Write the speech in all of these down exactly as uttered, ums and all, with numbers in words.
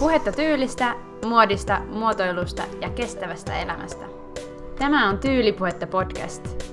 Puhetta tyylistä, muodista, muotoilusta ja kestävästä elämästä. Tämä on Tyylipuhetta podcast.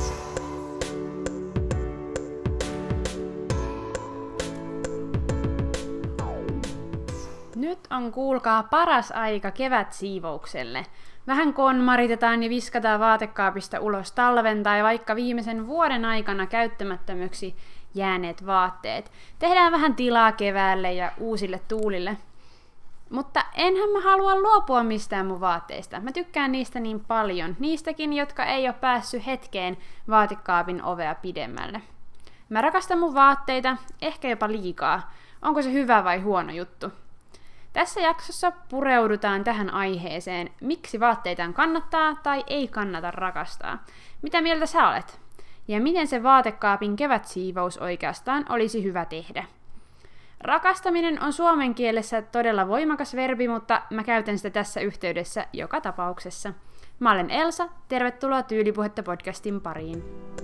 Nyt on kuulkaa paras aika kevätsiivoukselle. Vähän konmaritetaan ja viskataan vaatekaapista ulos talven tai vaikka viimeisen vuoden aikana käyttämättömyksi jääneet vaatteet. Tehdään vähän tilaa keväälle ja uusille tuulille. Mutta enhän mä halua luopua mistään mun vaatteista. Mä tykkään niistä niin paljon. Niistäkin, jotka ei ole päässyt hetkeen vaatekaapin ovea pidemmälle. Mä rakastan mun vaatteita, ehkä jopa liikaa. Onko se hyvä vai huono juttu? Tässä jaksossa pureudutaan tähän aiheeseen, miksi vaatteitaan kannattaa tai ei kannata rakastaa. Mitä mieltä sä olet? Ja miten se vaatekaapin kevätsiivous oikeastaan olisi hyvä tehdä? Rakastaminen on suomen kielessä todella voimakas verbi, mutta mä käytän sitä tässä yhteydessä joka tapauksessa. Mä olen Elsa, tervetuloa Tyylipuhetta podcastin pariin.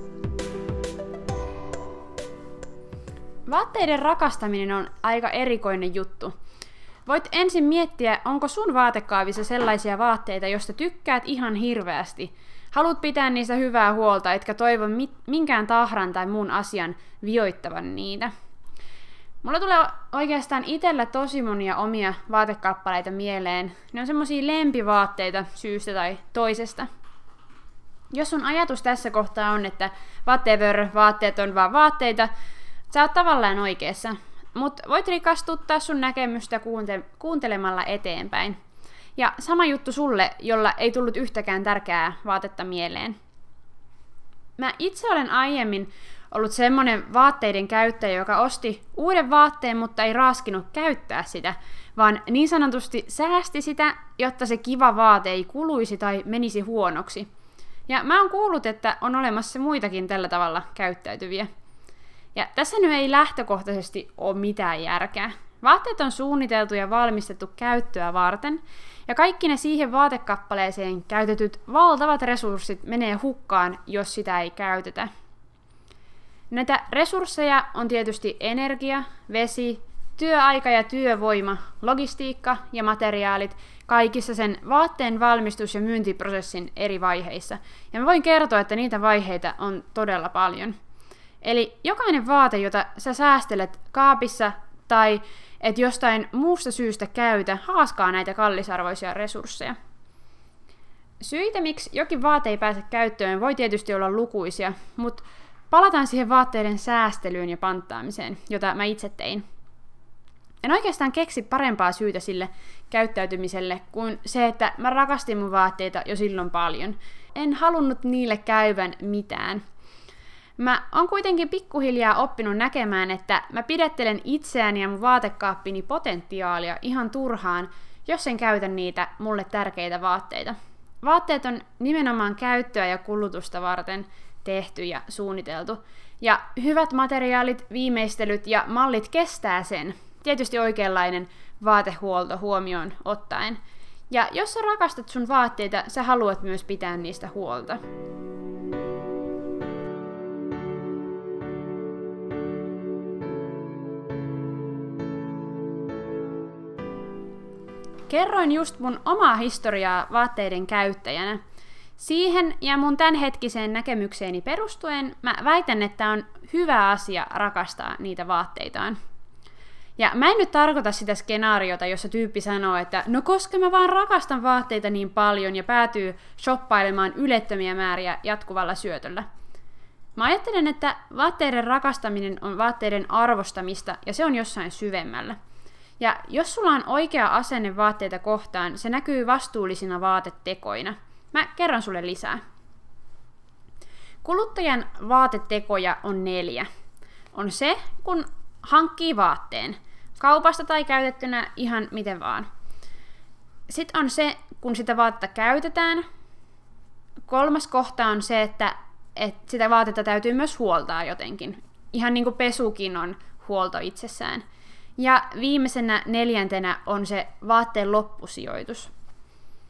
Vaatteiden rakastaminen on aika erikoinen juttu. Voit ensin miettiä, onko sun vaatekaapissa sellaisia vaatteita, joista tykkäät ihan hirveästi. Haluat pitää niistä hyvää huolta, etkä toivo minkään tahran tai muun asian vioittavan niitä. Mulla tulee oikeastaan itsellä tosi monia omia vaatekappaleita mieleen. Ne on semmosia lempivaatteita syystä tai toisesta. Jos sun ajatus tässä kohtaa on, että whatever, vaatteet on vaan vaatteita, sä oot tavallaan oikeassa. Mut voit rikastuttaa sun näkemystä kuunte- kuuntelemalla eteenpäin. Ja sama juttu sulle, jolla ei tullut yhtäkään tärkeää vaatetta mieleen. Mä itse olen aiemmin ollut semmonen vaatteiden käyttäjä, joka osti uuden vaatteen, mutta ei raaskinut käyttää sitä, vaan niin sanotusti säästi sitä, jotta se kiva vaate ei kuluisi tai menisi huonoksi. Ja mä oon kuullut, että on olemassa muitakin tällä tavalla käyttäytyviä. Ja tässä nyt ei lähtökohtaisesti ole mitään järkeä. Vaatteet on suunniteltu ja valmistettu käyttöä varten, ja kaikki ne siihen vaatekappaleeseen käytetyt valtavat resurssit menee hukkaan, jos sitä ei käytetä. Näitä resursseja on tietysti energia, vesi, työaika ja työvoima, logistiikka ja materiaalit kaikissa sen vaatteen valmistus- ja myyntiprosessin eri vaiheissa. Ja mä voin kertoa, että niitä vaiheita on todella paljon. Eli jokainen vaate, jota sä säästelet kaapissa tai et jostain muusta syystä käytä, haaskaa näitä kallisarvoisia resursseja. Syitä, miksi jokin vaate ei pääse käyttöön, voi tietysti olla lukuisia, mutta palataan siihen vaatteiden säästelyyn ja panttaamiseen, jota mä itse tein. En oikeastaan keksi parempaa syytä sille käyttäytymiselle kuin se, että mä rakastin mun vaatteita jo silloin paljon. En halunnut niille käyvän mitään. Mä oon kuitenkin pikkuhiljaa oppinut näkemään, että mä pidättelen itseäni ja mun vaatekaappini potentiaalia ihan turhaan, jos en käytä niitä mulle tärkeitä vaatteita. Vaatteet on nimenomaan käyttöä ja kulutusta varten tehty ja suunniteltu. Ja hyvät materiaalit, viimeistelyt ja mallit kestää sen. Tietysti oikeanlainen vaatehuolto huomioon ottaen. Ja jos sä rakastat sun vaatteita, sä haluat myös pitää niistä huolta. Kerroin just mun omaa historiaa vaatteiden käyttäjänä. Siihen ja mun tämänhetkiseen näkemykseeni perustuen mä väitän, että on hyvä asia rakastaa niitä vaatteitaan. Ja mä en nyt tarkoita sitä skenaariota, jossa tyyppi sanoo, että no koska mä vaan rakastan vaatteita niin paljon ja päätyy shoppailemaan ylettömiä määriä jatkuvalla syötöllä. Mä ajattelen, että vaatteiden rakastaminen on vaatteiden arvostamista ja se on jossain syvemmällä. Ja jos sulla on oikea asenne vaatteita kohtaan, se näkyy vastuullisina vaatetekoina. Mä kerron sulle lisää. Kuluttajan vaatetekoja on neljä. On se, kun hankkii vaatteen. Kaupasta tai käytettynä ihan miten vaan. Sitten on se, kun sitä vaatetta käytetään. Kolmas kohta on se, että, että sitä vaatetta täytyy myös huoltaa jotenkin. Ihan niin kuin pesukin on huolto itsessään. Ja viimeisenä neljäntenä on se vaatteen loppusijoitus.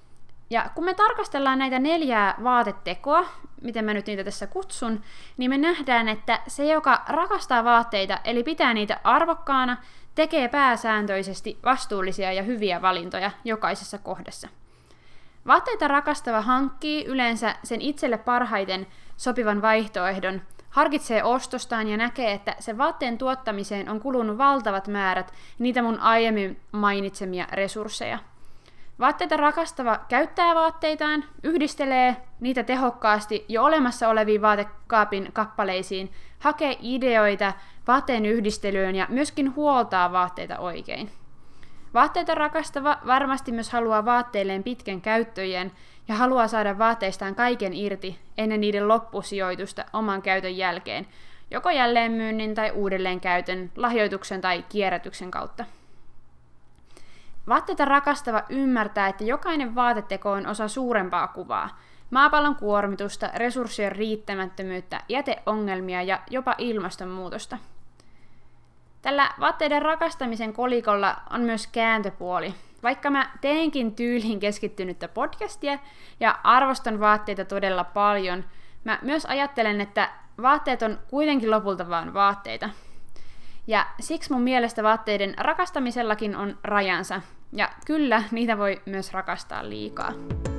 Ja kun me tarkastellaan näitä neljää vaatetekoa, miten mä nyt niitä tässä kutsun, niin me nähdään, että se, joka rakastaa vaatteita, eli pitää niitä arvokkaana, tekee pääsääntöisesti vastuullisia ja hyviä valintoja jokaisessa kohdassa. Vaatteita rakastava hankkii yleensä sen itselle parhaiten sopivan vaihtoehdon, harkitsee ostostaan ja näkee, että sen vaatteen tuottamiseen on kulunut valtavat määrät niitä mun aiemmin mainitsemia resursseja. Vaatteita rakastava käyttää vaatteitaan, yhdistelee niitä tehokkaasti jo olemassa oleviin vaatekaapin kappaleisiin, hakee ideoita vaatteen yhdistelyyn ja myöskin huoltaa vaatteita oikein. Vaatteita rakastava varmasti myös haluaa vaatteilleen pitkän käyttöjen ja haluaa saada vaatteistaan kaiken irti ennen niiden loppusijoitusta oman käytön jälkeen, joko jälleenmyynnin tai uudelleenkäytön, lahjoituksen tai kierrätyksen kautta. Vaatteita rakastava ymmärtää, että jokainen vaateteko on osa suurempaa kuvaa, maapallon kuormitusta, resurssien riittämättömyyttä, jäteongelmia ja jopa ilmastonmuutosta. Tällä vaatteiden rakastamisen kolikolla on myös kääntöpuoli. Vaikka mä teenkin tyyliin keskittynyttä podcastia ja arvostan vaatteita todella paljon, mä myös ajattelen, että vaatteet on kuitenkin lopulta vain vaatteita. Ja siksi mun mielestä vaatteiden rakastamisellakin on rajansa. Ja kyllä, niitä voi myös rakastaa liikaa.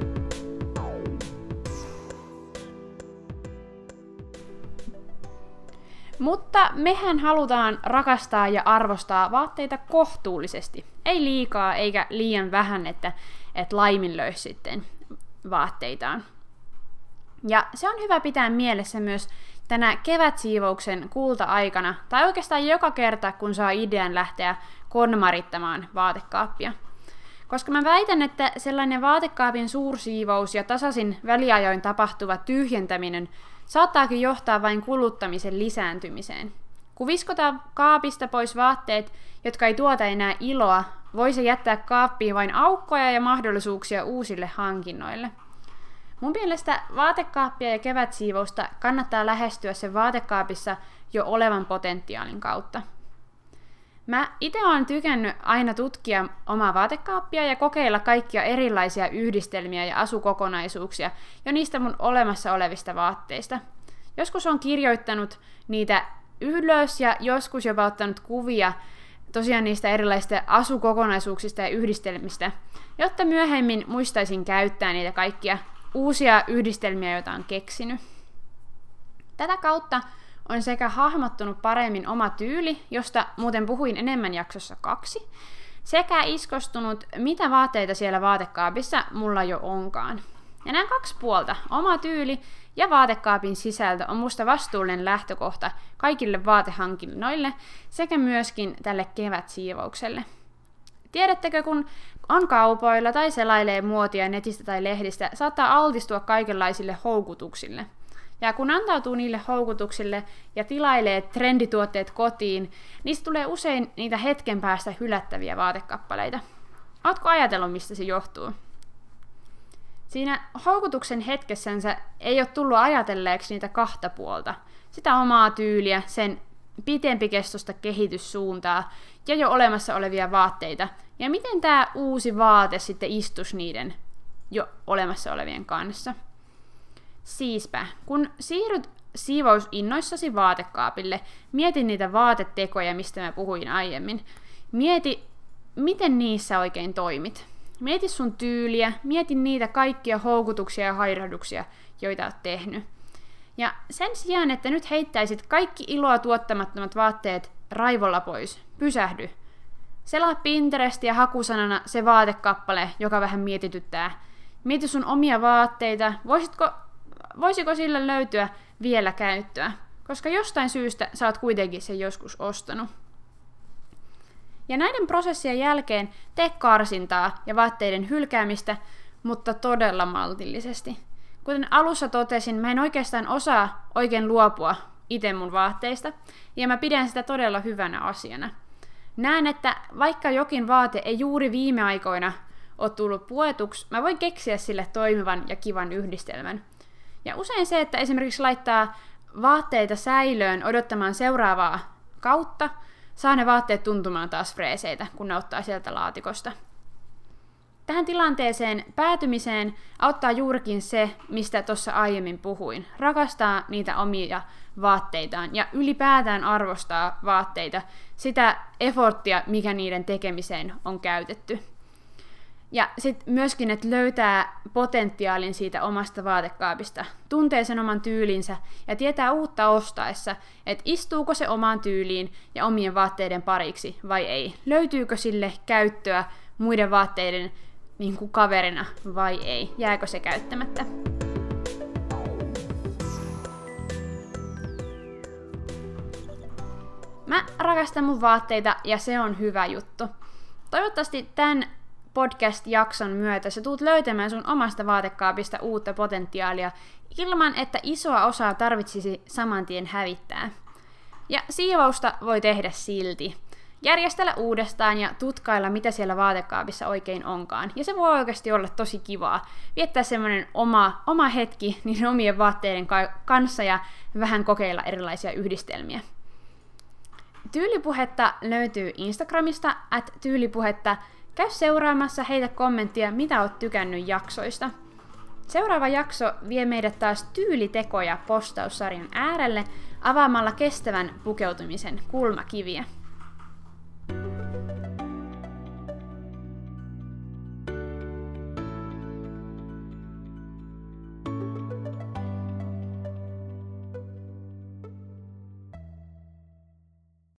Mutta mehän halutaan rakastaa ja arvostaa vaatteita kohtuullisesti. Ei liikaa eikä liian vähän, että, että laiminlöisi sitten vaatteitaan. Ja se on hyvä pitää mielessä myös tänä kevätsiivouksen kulta-aikana, tai oikeastaan joka kerta, kun saa idean lähteä konmarittamaan vaatekaappia. Koska mä väitän, että sellainen vaatekaapin suursiivous ja tasaisin väliajoin tapahtuva tyhjentäminen saattaakin johtaa vain kuluttamisen lisääntymiseen. Kun viskotaan kaapista pois vaatteet, jotka ei tuota enää iloa, voi se jättää kaappiin vain aukkoja ja mahdollisuuksia uusille hankinnoille. Mun mielestä vaatekaappia ja kevätsiivousta kannattaa lähestyä sen vaatekaapissa jo olevan potentiaalin kautta. Mä itse olen tykännyt aina tutkia omaa vaatekaappia ja kokeilla kaikkia erilaisia yhdistelmiä ja asukokonaisuuksia jo niistä mun olemassa olevista vaatteista. Joskus on kirjoittanut niitä ylös ja joskus jopa ottanut kuvia tosiaan niistä erilaisista asukokonaisuuksista ja yhdistelmistä, jotta myöhemmin muistaisin käyttää niitä kaikkia uusia yhdistelmiä, joita on keksinyt. Tätä kautta on sekä hahmottunut paremmin oma tyyli, josta muuten puhuin enemmän jaksossa kaksi, sekä iskostunut, mitä vaatteita siellä vaatekaapissa mulla jo onkaan. Ja nämä kaksi puolta, oma tyyli ja vaatekaapin sisältö, on musta vastuullinen lähtökohta kaikille vaatehankinnoille sekä myöskin tälle kevätsiivoukselle. Tiedättekö, kun on kaupoilla tai selailee muotia netistä tai lehdistä, saattaa altistua kaikenlaisille houkutuksille. Ja kun antautuu niille houkutuksille ja tilailee trendituotteet kotiin, niistä tulee usein niitä hetken päästä hylättäviä vaatekappaleita. Ootko ajatellut, mistä se johtuu? Siinä houkutuksen hetkessänsä ei ole tullut ajatelleeksi niitä kahta puolta. Sitä omaa tyyliä, sen pitempikestoista kehityssuuntaa ja jo olemassa olevia vaatteita. Ja miten tämä uusi vaate sitten istuisi niiden jo olemassa olevien kanssa. Siispä, kun siirryt siivousinnoissasi vaatekaapille, mieti niitä vaatetekoja, mistä mä puhuin aiemmin. Mieti, miten niissä oikein toimit. Mieti sun tyyliä, mieti niitä kaikkia houkutuksia ja hairahduksia, joita oot tehnyt. Ja sen sijaan, että nyt heittäisit kaikki iloa tuottamattomat vaatteet raivolla pois, pysähdy. Selaa Pinterestia hakusanana se vaatekappale, joka vähän mietityttää. Mieti sun omia vaatteita, voisitko, voisiko sillä löytyä vielä käyttöä, koska jostain syystä sä oot kuitenkin sen joskus ostanut. Ja näiden prosessien jälkeen tee karsintaa ja vaatteiden hylkäämistä, mutta todella maltillisesti. Kuten alussa totesin, mä en oikeastaan osaa oikein luopua itse mun vaatteista, ja mä pidän sitä todella hyvänä asiana. Näen, että vaikka jokin vaate ei juuri viime aikoina ole tullut puetuksi, mä voin keksiä sille toimivan ja kivan yhdistelmän. Ja usein se, että esimerkiksi laittaa vaatteita säilöön odottamaan seuraavaa kautta, saa ne vaatteet tuntumaan taas freeseitä, kun ne ottaa sieltä laatikosta. tähän tilanteeseen päätymiseen auttaa juurikin se, mistä tuossa aiemmin puhuin. Rakastaa niitä omia vaatteitaan ja ylipäätään arvostaa vaatteita, sitä efforttia, mikä niiden tekemiseen on käytetty. Ja sitten myöskin, että löytää potentiaalin siitä omasta vaatekaapista, tuntee sen oman tyylinsä ja tietää uutta ostaessa, että istuuko se omaan tyyliin ja omien vaatteiden pariksi vai ei. Löytyykö sille käyttöä muiden vaatteiden niin kuin kaverina vai ei. Jääkö se käyttämättä? Mä rakastan mun vaatteita ja se on hyvä juttu. Toivottavasti tämän podcast-jakson myötä sä tuut löytämään sun omasta vaatekaapista uutta potentiaalia ilman, että isoa osaa tarvitsisi saman tien hävittää. Ja siivousta voi tehdä silti. Järjestellä uudestaan ja tutkailla, mitä siellä vaatekaapissa oikein onkaan. Ja se voi oikeasti olla tosi kivaa. Viettää semmoinen oma, oma hetki niiden omien vaatteiden kanssa ja vähän kokeilla erilaisia yhdistelmiä. Tyylipuhetta löytyy Instagramista, at tyylipuhetta. Käy seuraamassa, heitä kommenttia, mitä oot tykännyt jaksoista. Seuraava jakso vie meidät taas tyylitekoja postaussarjan äärelle avaamalla kestävän pukeutumisen kulmakiviä.